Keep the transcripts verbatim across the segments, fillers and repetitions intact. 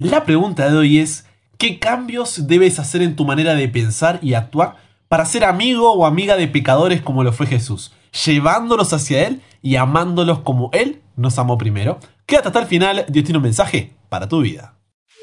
La pregunta de hoy es, ¿qué cambios debes hacer en tu manera de pensar y actuar para ser amigo o amiga de pecadores como lo fue Jesús, llevándolos hacia Él y amándolos como Él nos amó primero? Quédate hasta el final, Dios tiene un mensaje para tu vida.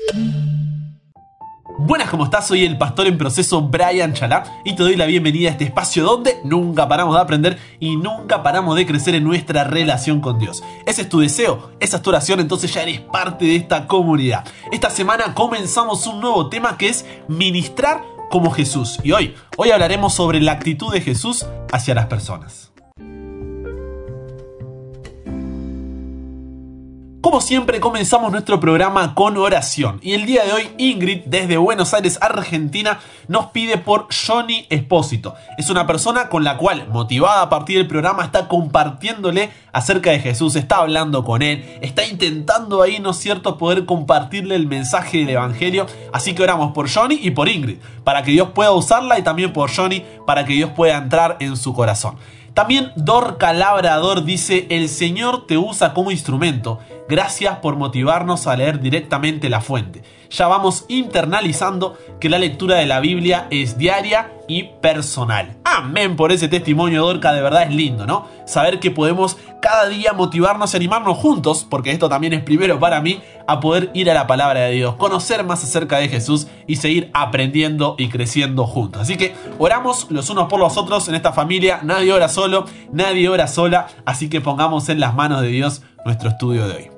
Buenas, ¿cómo estás? Soy el pastor en proceso Brian Chalá y te doy la bienvenida a este espacio donde nunca paramos de aprender y nunca paramos de crecer en nuestra relación con Dios. Ese es tu deseo, esa es tu oración, entonces ya eres parte de esta comunidad. Esta semana comenzamos un nuevo tema que es ministrar como Jesús. Y hoy, hoy hablaremos sobre la actitud de Jesús hacia las personas. Como siempre, comenzamos nuestro programa con oración. Y el día de hoy, Ingrid, desde Buenos Aires, Argentina, nos pide por Johnny Espósito. Es una persona con la cual, motivada a partir del programa, está compartiéndole acerca de Jesús, está hablando con él, está intentando ahí, ¿no es cierto?, poder compartirle el mensaje del Evangelio. Así que oramos por Johnny y por Ingrid, para que Dios pueda usarla, y también por Johnny, para que Dios pueda entrar en su corazón. También Dorca Labrador dice: el Señor te usa como instrumento. Gracias por motivarnos a leer directamente la fuente. Ya vamos internalizando que la lectura de la Biblia es diaria y personal. Amén por ese testimonio, Dorca, de verdad es lindo, ¿no? Saber que podemos cada día motivarnos y animarnos juntos, porque esto también es primero para mí, a poder ir a la palabra de Dios, conocer más acerca de Jesús y seguir aprendiendo y creciendo juntos. Así que oramos los unos por los otros en esta familia. Nadie ora solo, nadie ora sola, así que pongamos en las manos de Dios nuestro estudio de hoy.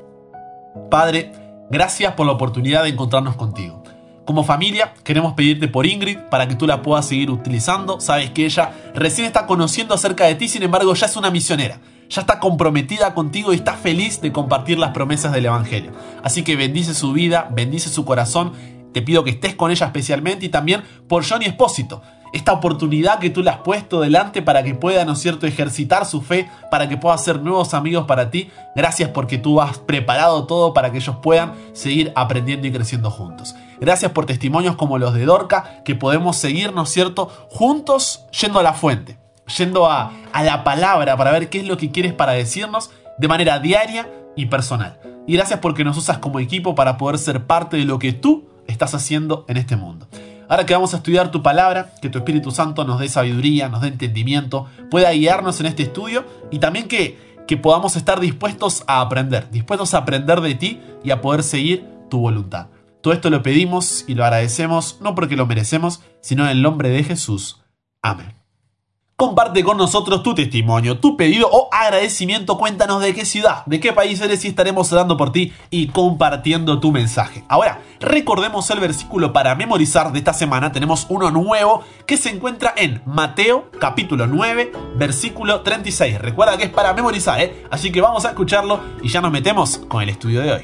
Padre, gracias por la oportunidad de encontrarnos contigo. Como familia, queremos pedirte por Ingrid para que tú la puedas seguir utilizando. Sabes que ella recién está conociendo acerca de ti, sin embargo ya es una misionera. Ya está comprometida contigo y está feliz de compartir las promesas del Evangelio. Así que bendice su vida, bendice su corazón. Te pido que estés con ella especialmente, y también por Johnny Espósito. Esta oportunidad que tú le has puesto delante para que pueda, ¿no es cierto?, ejercitar su fe, para que pueda hacer nuevos amigos para ti. Gracias porque tú has preparado todo para que ellos puedan seguir aprendiendo y creciendo juntos. Gracias por testimonios como los de Dorca, que podemos seguir, ¿no es cierto?, juntos yendo a la fuente, yendo a, a la palabra para ver qué es lo que quieres para decirnos de manera diaria y personal. Y gracias porque nos usas como equipo para poder ser parte de lo que tú estás haciendo en este mundo. Ahora que vamos a estudiar tu palabra, que tu Espíritu Santo nos dé sabiduría, nos dé entendimiento, pueda guiarnos en este estudio, y también que, que podamos estar dispuestos a aprender, dispuestos a aprender de ti y a poder seguir tu voluntad. Todo esto lo pedimos y lo agradecemos, no porque lo merecemos, sino en el nombre de Jesús. Amén. Comparte con nosotros tu testimonio, tu pedido o agradecimiento. Cuéntanos de qué ciudad, de qué país eres, y estaremos orando por ti y compartiendo tu mensaje. Ahora, recordemos el versículo para memorizar de esta semana. Tenemos uno nuevo que se encuentra en Mateo capítulo nueve, versículo treinta y seis. Recuerda que es para memorizar, ¿eh? Así que vamos a escucharlo y ya nos metemos con el estudio de hoy.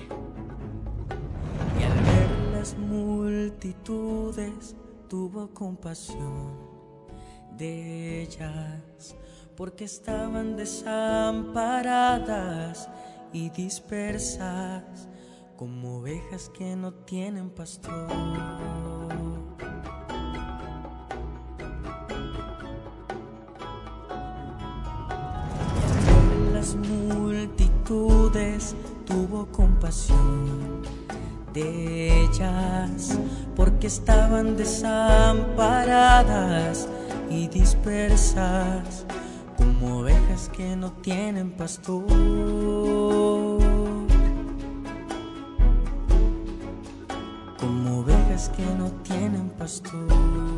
Y al ver las multitudes tuvo compasión de ellas, porque estaban desamparadas y dispersas como ovejas que no tienen pastor. En las multitudes tuvo compasión de ellas, porque estaban desamparadas y dispersas como ovejas que no tienen pastor. Como ovejas que no tienen pastor.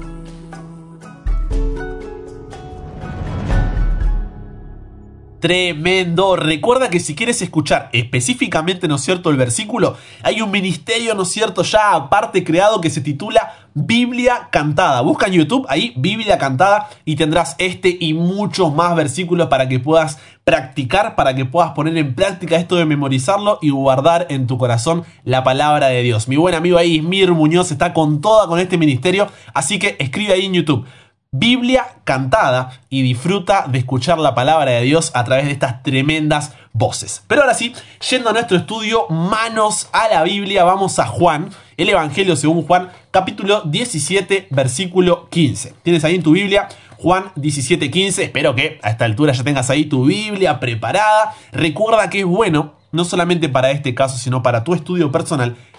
Tremendo. Recuerda que si quieres escuchar específicamente, ¿no es cierto?, el versículo, hay un ministerio, ¿no es cierto?, ya aparte creado que se titula Biblia Cantada. Busca en YouTube ahí Biblia Cantada y tendrás este y muchos más versículos para que puedas practicar, para que puedas poner en práctica esto de memorizarlo y guardar en tu corazón la palabra de Dios. Mi buen amigo ahí, Ismir Muñoz, está con toda con este ministerio, así que escribe ahí en YouTube Biblia Cantada y disfruta de escuchar la palabra de Dios a través de estas tremendas voces. Pero ahora sí, yendo a nuestro estudio, manos a la Biblia, vamos a Juan, el Evangelio según Juan, capítulo diecisiete, versículo quince. Tienes ahí en tu Biblia Juan diecisiete, quince. Espero que a esta altura ya tengas ahí tu Biblia preparada. Recuerda que es bueno, no solamente para este caso, sino para tu estudio personal,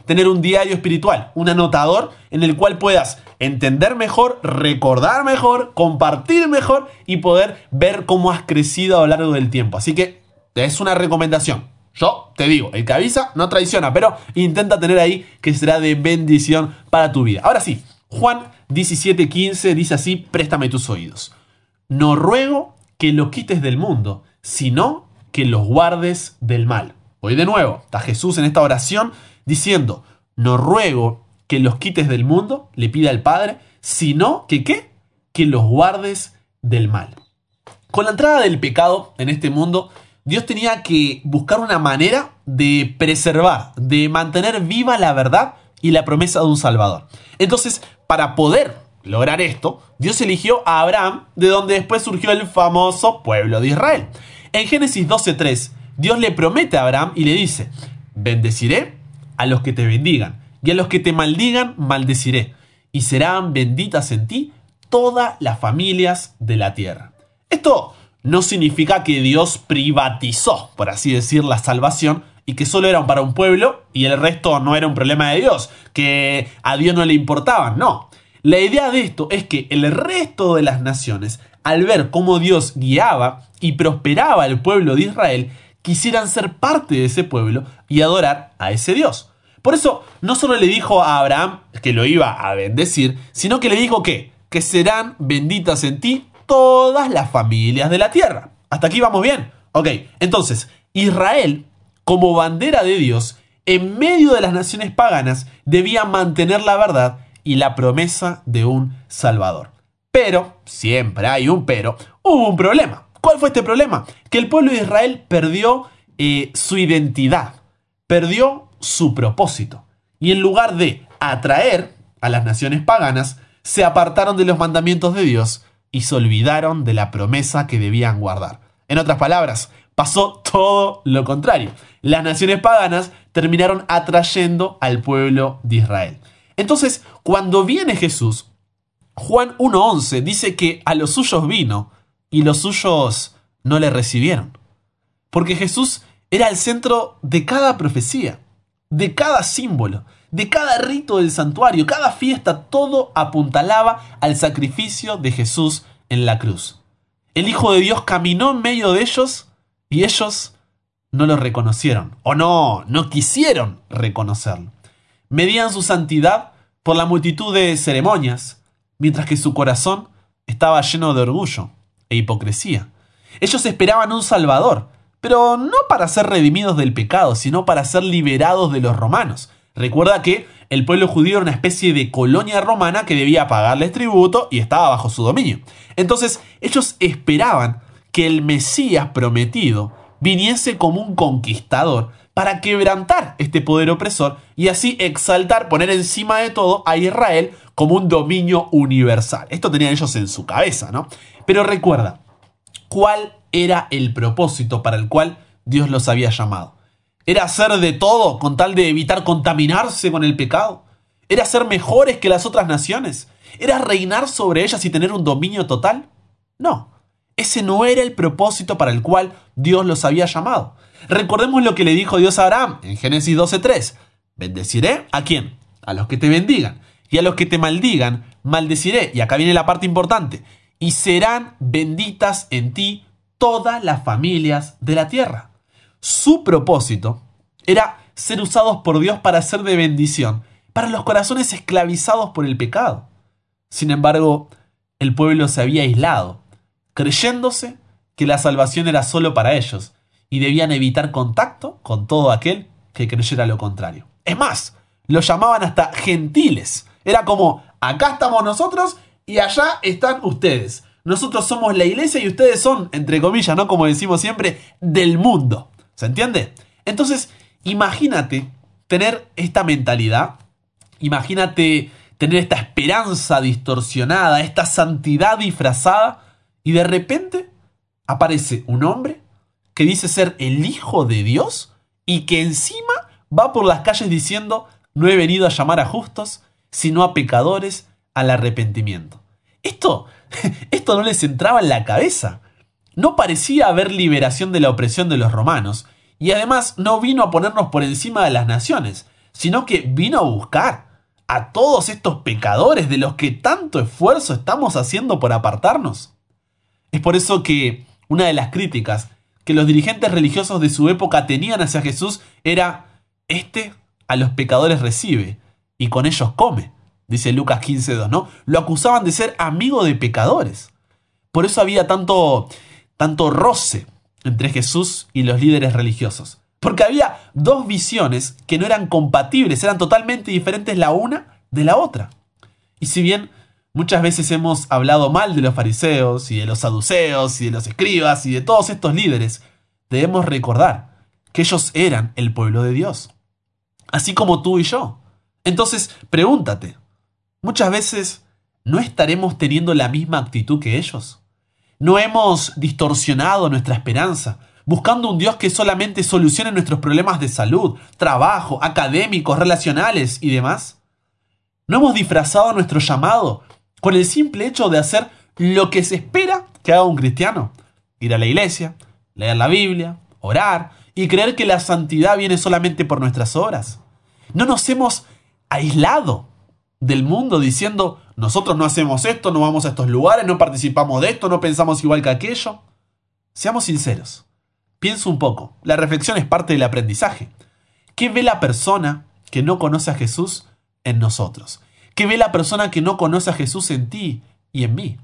tener un diario espiritual, un anotador en el cual puedas entender mejor, recordar mejor, compartir mejor y poder ver cómo has crecido a lo largo del tiempo. Así que es una recomendación. Yo te digo, el que avisa no traiciona, pero intenta tener ahí que será de bendición para tu vida. Ahora sí, Juan diecisiete quince dice así, préstame tus oídos. No ruego que los quites del mundo, sino que los guardes del mal. Hoy de nuevo, está Jesús en esta oración diciendo, no ruego que los quites del mundo, le pide al Padre, sino que ¿qué? Que los guardes del mal. Con la entrada del pecado en este mundo, Dios tenía que buscar una manera de preservar, de mantener viva la verdad y la promesa de un Salvador. Entonces, para poder lograr esto, Dios eligió a Abraham, de donde después surgió el famoso pueblo de Israel. En Génesis doce tres, Dios le promete a Abraham y le dice, bendeciré a los que te bendigan, y a los que te maldigan, maldeciré, y serán benditas en ti todas las familias de la tierra. Esto no significa que Dios privatizó, por así decir, la salvación, y que solo era para un pueblo, y el resto no era un problema de Dios, que a Dios no le importaban, no. La idea de esto es que el resto de las naciones, al ver cómo Dios guiaba y prosperaba al pueblo de Israel, quisieran ser parte de ese pueblo y adorar a ese Dios. Por eso, no solo le dijo a Abraham que lo iba a bendecir, sino que le dijo que, que serán benditas en ti todas las familias de la tierra. ¿Hasta aquí vamos bien? Ok, entonces, Israel, como bandera de Dios, en medio de las naciones paganas, debía mantener la verdad y la promesa de un Salvador. Pero, siempre hay un pero, hubo un problema. ¿Cuál fue este problema? Que el pueblo de Israel perdió eh, su identidad, perdió su propósito. Y en lugar de atraer a las naciones paganas, se apartaron de los mandamientos de Dios y se olvidaron de la promesa que debían guardar. En otras palabras, pasó todo lo contrario. Las naciones paganas terminaron atrayendo al pueblo de Israel. Entonces, cuando viene Jesús, Juan uno once dice que a los suyos vino y los suyos no le recibieron. Porque Jesús era el centro de cada profecía, de cada símbolo, de cada rito del santuario, cada fiesta, todo apuntalaba al sacrificio de Jesús en la cruz. El Hijo de Dios caminó en medio de ellos y ellos no lo reconocieron, o no, no quisieron reconocerlo. Medían su santidad por la multitud de ceremonias, mientras que su corazón estaba lleno de orgullo e hipocresía. Ellos esperaban un Salvador, pero no para ser redimidos del pecado, sino para ser liberados de los romanos. Recuerda que el pueblo judío era una especie de colonia romana que debía pagarles tributo y estaba bajo su dominio. Entonces, ellos esperaban que el Mesías prometido viniese como un conquistador para quebrantar este poder opresor y así exaltar, poner encima de todo a Israel como un dominio universal. Esto tenían ellos en su cabeza, ¿no? Pero recuerda, ¿cuál era el propósito para el cual Dios los había llamado? ¿Era hacer de todo con tal de evitar contaminarse con el pecado? ¿Era ser mejores que las otras naciones? ¿Era reinar sobre ellas y tener un dominio total? No, ese no era el propósito para el cual Dios los había llamado. Recordemos lo que le dijo Dios a Abraham en Génesis doce tres. Bendeciré ¿a quién? A los que te bendigan. Y a los que te maldigan, maldeciré. Y acá viene la parte importante. Y serán benditas en ti todas las familias de la tierra. Su propósito era ser usados por Dios para ser de bendición para los corazones esclavizados por el pecado. Sin embargo, el pueblo se había aislado, creyéndose que la salvación era solo para ellos y debían evitar contacto con todo aquel que creyera lo contrario. Es más, los llamaban hasta gentiles. Era como, acá estamos nosotros y allá están ustedes. Nosotros somos la iglesia y ustedes son, entre comillas, ¿no? Como decimos siempre, del mundo. ¿Se entiende? Entonces, imagínate tener esta mentalidad. Imagínate tener esta esperanza distorsionada, esta santidad disfrazada. Y de repente aparece un hombre que dice ser el Hijo de Dios y que encima va por las calles diciendo, no he venido a llamar a justos, sino a pecadores al arrepentimiento. Esto, esto no les entraba en la cabeza. No parecía haber liberación de la opresión de los romanos, y además no vino a ponernos por encima de las naciones, sino que vino a buscar a todos estos pecadores de los que tanto esfuerzo estamos haciendo por apartarnos. Es por eso que una de las críticas que los dirigentes religiosos de su época tenían hacia Jesús era: este a los pecadores recibe y con ellos come, dice Lucas quince dos, ¿no? Lo acusaban de ser amigo de pecadores. Por eso había tanto, tanto roce entre Jesús y los líderes religiosos. Porque había dos visiones que no eran compatibles, eran totalmente diferentes la una de la otra. Y si bien muchas veces hemos hablado mal de los fariseos y de los saduceos y de los escribas y de todos estos líderes, debemos recordar que ellos eran el pueblo de Dios, así como tú y yo. Entonces, pregúntate, muchas veces ¿no estaremos teniendo la misma actitud que ellos? ¿No hemos distorsionado nuestra esperanza, buscando un Dios que solamente solucione nuestros problemas de salud, trabajo, académicos, relacionales y demás? ¿No hemos disfrazado nuestro llamado con el simple hecho de hacer lo que se espera que haga un cristiano? Ir a la iglesia, leer la Biblia, orar y creer que la santidad viene solamente por nuestras obras. ¿No nos hemos aislado del mundo diciendo: nosotros no hacemos esto, no vamos a estos lugares, no participamos de esto, no pensamos igual que aquello? Seamos sinceros. Piensa un poco. La reflexión es parte del aprendizaje. ¿Qué ve la persona que no conoce a Jesús en nosotros? ¿Qué ve la persona que no conoce a Jesús en ti y en mí?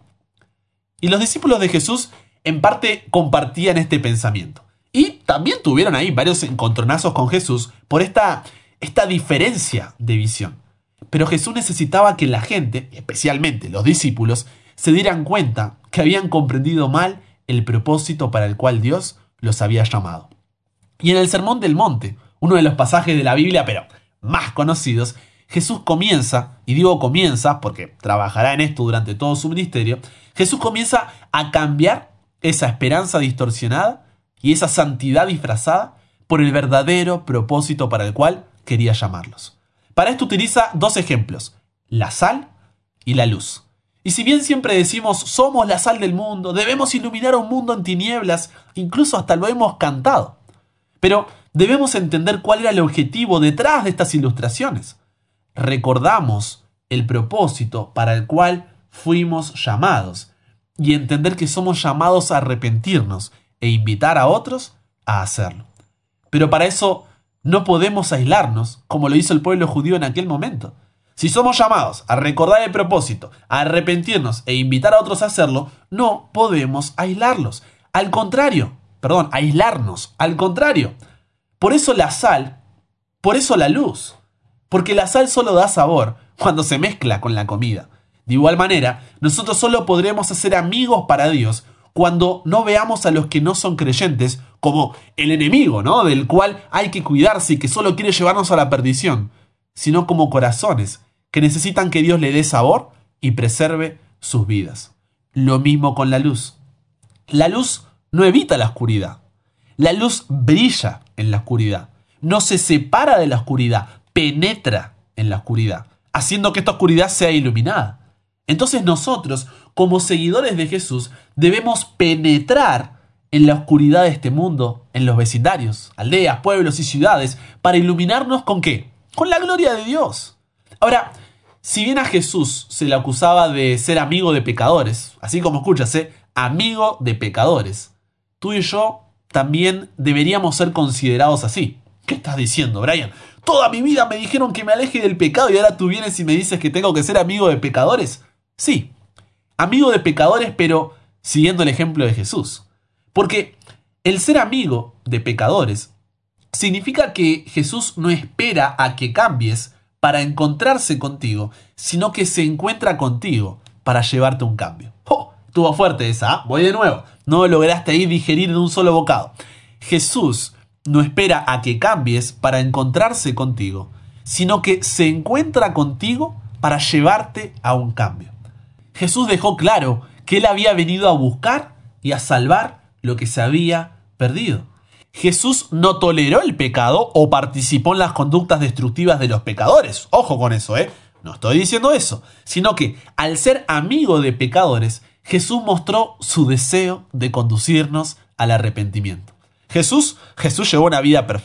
Y los discípulos de Jesús en parte compartían este pensamiento. Y también tuvieron ahí varios encontronazos con Jesús por esta, esta diferencia de visión. Pero Jesús necesitaba que la gente, especialmente los discípulos, se dieran cuenta que habían comprendido mal el propósito para el cual Dios los había llamado. Y en el Sermón del Monte, uno de los pasajes de la Biblia, pero más conocidos, Jesús comienza, y digo comienza porque trabajará en esto durante todo su ministerio, Jesús comienza a cambiar esa esperanza distorsionada y esa santidad disfrazada por el verdadero propósito para el cual quería llamarlos. Para esto utiliza dos ejemplos: la sal y la luz. Y si bien siempre decimos somos la sal del mundo, debemos iluminar a un mundo en tinieblas, incluso hasta lo hemos cantado, pero debemos entender cuál era el objetivo detrás de estas ilustraciones. Recordamos el propósito para el cual fuimos llamados y entender que somos llamados a arrepentirnos e invitar a otros a hacerlo. Pero para eso no podemos aislarnos como lo hizo el pueblo judío en aquel momento. Si somos llamados a recordar el propósito, a arrepentirnos e invitar a otros a hacerlo, no podemos aislarlos. Al contrario, perdón, aislarnos. Al contrario. Por eso la sal, por eso la luz. Porque la sal solo da sabor cuando se mezcla con la comida. De igual manera, nosotros solo podremos hacer amigos para Dios cuando no veamos a los que no son creyentes como el enemigo, ¿no?, del cual hay que cuidarse y que solo quiere llevarnos a la perdición, sino como corazones que necesitan que Dios le dé sabor y preserve sus vidas. Lo mismo con la luz. La luz no evita la oscuridad. La luz brilla en la oscuridad. No se separa de la oscuridad, penetra en la oscuridad, haciendo que esta oscuridad sea iluminada. Entonces nosotros, como seguidores de Jesús, debemos penetrar en la oscuridad de este mundo, en los vecindarios, aldeas, pueblos y ciudades, para iluminarnos ¿con qué? Con la gloria de Dios. Ahora, si bien a Jesús se le acusaba de ser amigo de pecadores, así como escuchas, ¿eh? amigo de pecadores, tú y yo también deberíamos ser considerados así. ¿Qué estás diciendo, Brian? Toda mi vida me dijeron que me aleje del pecado y ahora tú vienes y me dices que tengo que ser amigo de pecadores. Sí, amigo de pecadores, pero siguiendo el ejemplo de Jesús. Porque el ser amigo de pecadores significa que Jesús no espera a que cambies para encontrarse contigo, sino que se encuentra contigo para llevarte un cambio. ¡Oh! Estuvo fuerte esa, ¿eh? Voy de nuevo. No lograste ahí digerir de un solo bocado. Jesús no espera a que cambies para encontrarse contigo, sino que se encuentra contigo para llevarte a un cambio. Jesús dejó claro que Él había venido a buscar y a salvar lo que se había perdido. Jesús no toleró el pecado o participó en las conductas destructivas de los pecadores. Ojo con eso, ¿eh? No estoy diciendo eso, sino que al ser amigo de pecadores, Jesús mostró su deseo de conducirnos al arrepentimiento. Jesús, Jesús llevó una vida perfecta.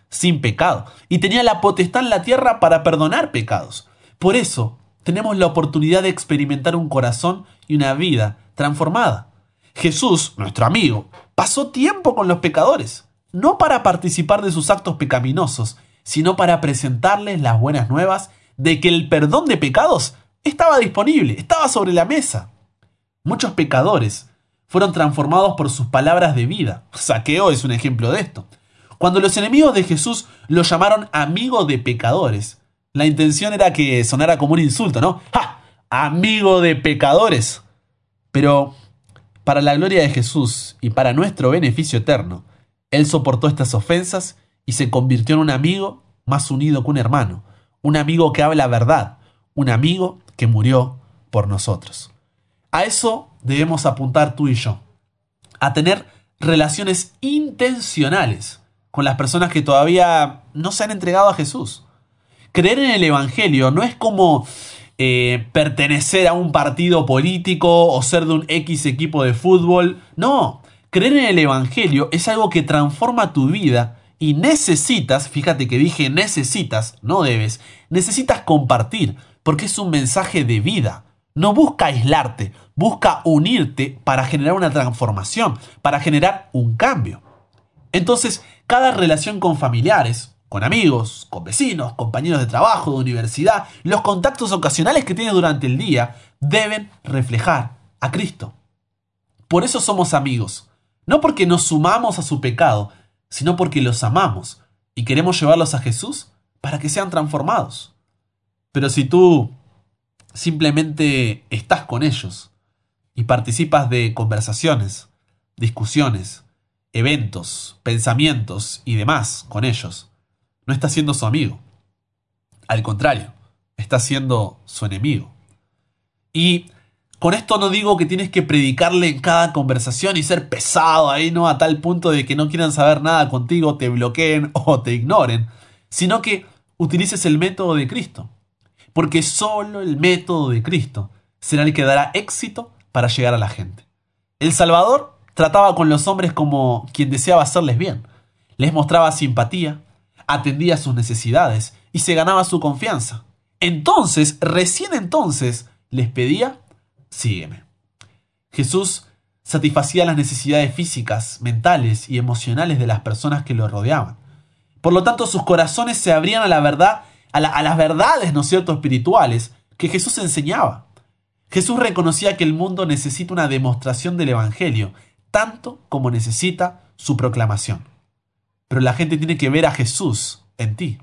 sin pecado, y tenía la potestad en la tierra para perdonar pecados. Por eso, tenemos la oportunidad de experimentar un corazón y una vida transformada. Jesús, nuestro amigo, pasó tiempo con los pecadores, no para participar de sus actos pecaminosos, sino para presentarles las buenas nuevas de que el perdón de pecados estaba disponible, estaba sobre la mesa. Muchos pecadores fueron transformados por sus palabras de vida. Zaqueo es un ejemplo de esto. Cuando los enemigos de Jesús lo llamaron amigo de pecadores, la intención era que sonara como un insulto, ¿no? ¡Ja! ¡Amigo de pecadores! Pero para la gloria de Jesús y para nuestro beneficio eterno, Él soportó estas ofensas y se convirtió en un amigo más unido que un hermano, un amigo que habla verdad, un amigo que murió por nosotros. A eso debemos apuntar tú y yo, a tener relaciones intencionales con las personas que todavía no se han entregado a Jesús. Creer en el Evangelio no es como eh, pertenecer a un partido político o ser de un X equipo de fútbol. No, creer en el Evangelio es algo que transforma tu vida y necesitas, fíjate que dije necesitas, no debes, necesitas compartir, porque es un mensaje de vida. No busca aislarte, busca unirte para generar una transformación, para generar un cambio. Entonces, cada relación con familiares, con amigos, con vecinos, compañeros de trabajo, de universidad, los contactos ocasionales que tienes durante el día, deben reflejar a Cristo. Por eso somos amigos, no porque nos sumamos a su pecado, sino porque los amamos y queremos llevarlos a Jesús para que sean transformados. Pero si tú simplemente estás con ellos y participas de conversaciones, discusiones, eventos, pensamientos y demás con ellos, no estás siendo su amigo. Al contrario, estás siendo su enemigo. Y con esto no digo que tienes que predicarle en cada conversación y ser pesado ahí, ¿no? A tal punto de que no quieran saber nada contigo, te bloqueen o te ignoren, sino que utilices el método de Cristo. Porque solo el método de Cristo será el que dará éxito para llegar a la gente. El Salvador trataba con los hombres como quien deseaba hacerles bien. Les mostraba simpatía, atendía sus necesidades y se ganaba su confianza. Entonces, recién entonces, les pedía: sígueme. Jesús satisfacía las necesidades físicas, mentales y emocionales de las personas que lo rodeaban. Por lo tanto, sus corazones se abrían a la verdad, a, la, a las verdades, ¿no es cierto?, espirituales que Jesús enseñaba. Jesús reconocía que el mundo necesita una demostración del Evangelio, tanto como necesita su proclamación. Pero la gente tiene que ver a Jesús en ti.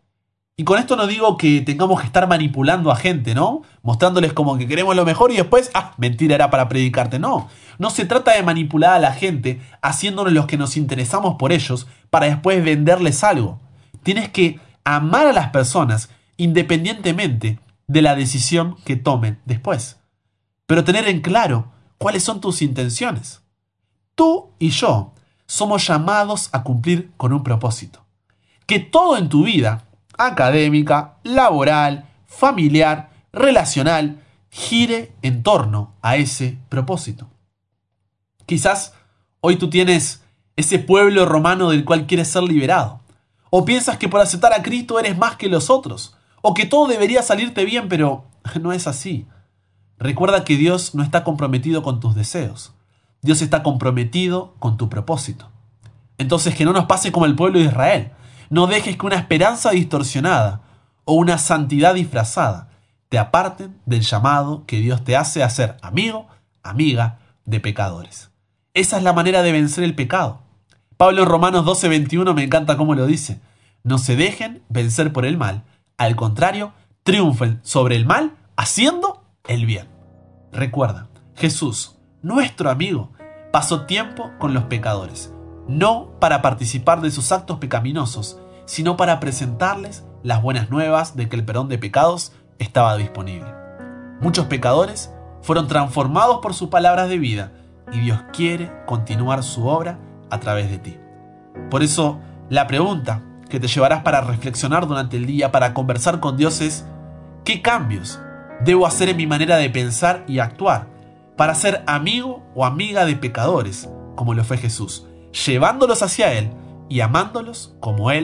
Y con esto no digo que tengamos que estar manipulando a gente, ¿no? Mostrándoles como que queremos lo mejor y después, ah, mentira, era para predicarte. No, no se trata de manipular a la gente haciéndonos los que nos interesamos por ellos para después venderles algo. Tienes que amar a las personas independientemente de la decisión que tomen después. Pero tener en claro cuáles son tus intenciones. Tú y yo somos llamados a cumplir con un propósito. Que todo en tu vida, académica, laboral, familiar, relacional, gire en torno a ese propósito. Quizás hoy tú tienes ese pueblo romano del cual quieres ser liberado. O piensas que por aceptar a Cristo eres más que los otros. O que todo debería salirte bien, pero no es así. Recuerda que Dios no está comprometido con tus deseos. Dios está comprometido con tu propósito. Entonces, que no nos pase como el pueblo de Israel. No dejes que una esperanza distorsionada o una santidad disfrazada te aparten del llamado que Dios te hace a ser amigo, amiga de pecadores. Esa es la manera de vencer el pecado. Pablo en Romanos doce veintiuno me encanta cómo lo dice. No se dejen vencer por el mal. Al contrario, triunfen sobre el mal haciendo el bien. Recuerda, Jesús, nuestro amigo, pasó tiempo con los pecadores. No para participar de sus actos pecaminosos, sino para presentarles las buenas nuevas de que el perdón de pecados estaba disponible. Muchos pecadores fueron transformados por sus palabras de vida y Dios quiere continuar su obra a través de ti. Por eso, la pregunta que te llevarás para reflexionar durante el día, para conversar con Dios es: ¿qué cambios debo hacer en mi manera de pensar y actuar para ser amigo o amiga de pecadores, como lo fue Jesús, llevándolos hacia Él y amándolos como Él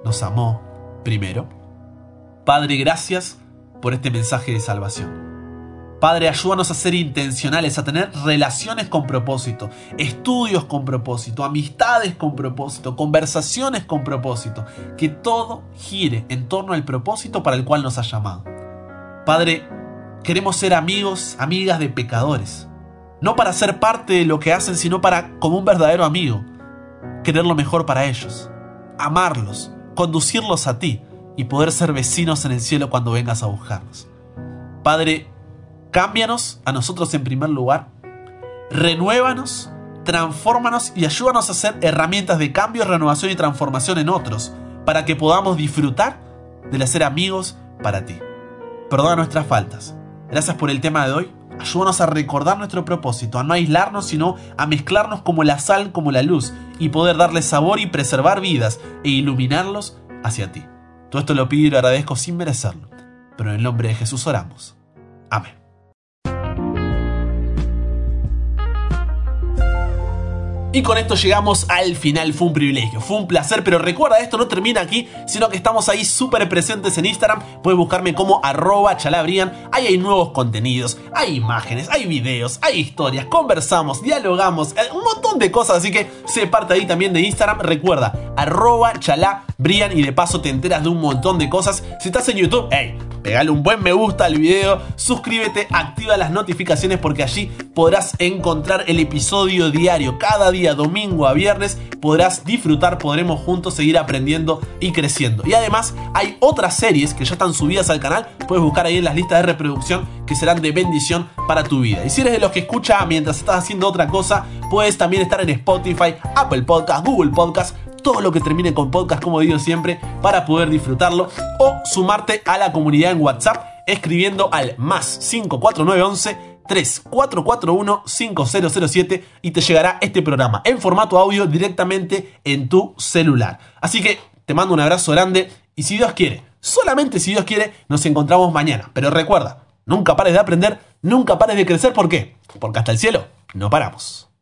nos amó primero. Padre, gracias por este mensaje de salvación. Padre, ayúdanos a ser intencionales, a tener relaciones con propósito, estudios con propósito, amistades con propósito, conversaciones con propósito, que todo gire en torno al propósito para el cual nos has llamado. Padre, queremos ser amigos, amigas de pecadores, no para ser parte de lo que hacen, sino para, como un verdadero amigo, querer lo mejor para ellos, amarlos, conducirlos a ti y poder ser vecinos en el cielo cuando vengas a buscarnos. Padre, cámbianos a nosotros en primer lugar, renuévanos, transfórmanos y ayúdanos a ser herramientas de cambio, renovación y transformación en otros, para que podamos disfrutar del hacer amigos para ti. Perdona nuestras faltas. Gracias por el tema de hoy. Ayúdanos a recordar nuestro propósito, a no aislarnos, sino a mezclarnos como la sal, como la luz, y poder darle sabor y preservar vidas e iluminarlos hacia ti. Todo esto lo pido y lo agradezco sin merecerlo, pero en el nombre de Jesús oramos. Amén. Y con esto llegamos al final. Fue un privilegio, fue un placer, pero recuerda, esto no termina aquí, sino que estamos ahí súper presentes en Instagram. Puedes buscarme como arroba chalabrian. Ahí hay nuevos contenidos, hay imágenes, hay videos, hay historias, conversamos, dialogamos, eh, un montón de cosas, así que sé parte ahí también de Instagram. Recuerda, arroba chalabrian, y de paso te enteras de un montón de cosas. Si estás en YouTube, hey, pegale un buen me gusta al video, suscríbete, activa las notificaciones, porque allí podrás encontrar el episodio diario, cada día, domingo a viernes, podrás disfrutar, podremos juntos seguir aprendiendo y creciendo. Y además hay otras series que ya están subidas al canal, puedes buscar ahí en las listas de reproducción, que serán de bendición para tu vida. Y si eres de los que escucha mientras estás haciendo otra cosa, puedes también estar en Spotify, Apple Podcast, Google Podcast, todo lo que termine con podcast, como digo siempre, para poder disfrutarlo, o sumarte a la comunidad en WhatsApp escribiendo al más cinco cuatro nueve once tres cuatro cuatro uno cinco cero cero siete y te llegará este programa en formato audio directamente en tu celular. Así que te mando un abrazo grande y si Dios quiere, solamente si Dios quiere, nos encontramos mañana. Pero recuerda, nunca pares de aprender, nunca pares de crecer. ¿Por qué? Porque hasta el cielo no paramos.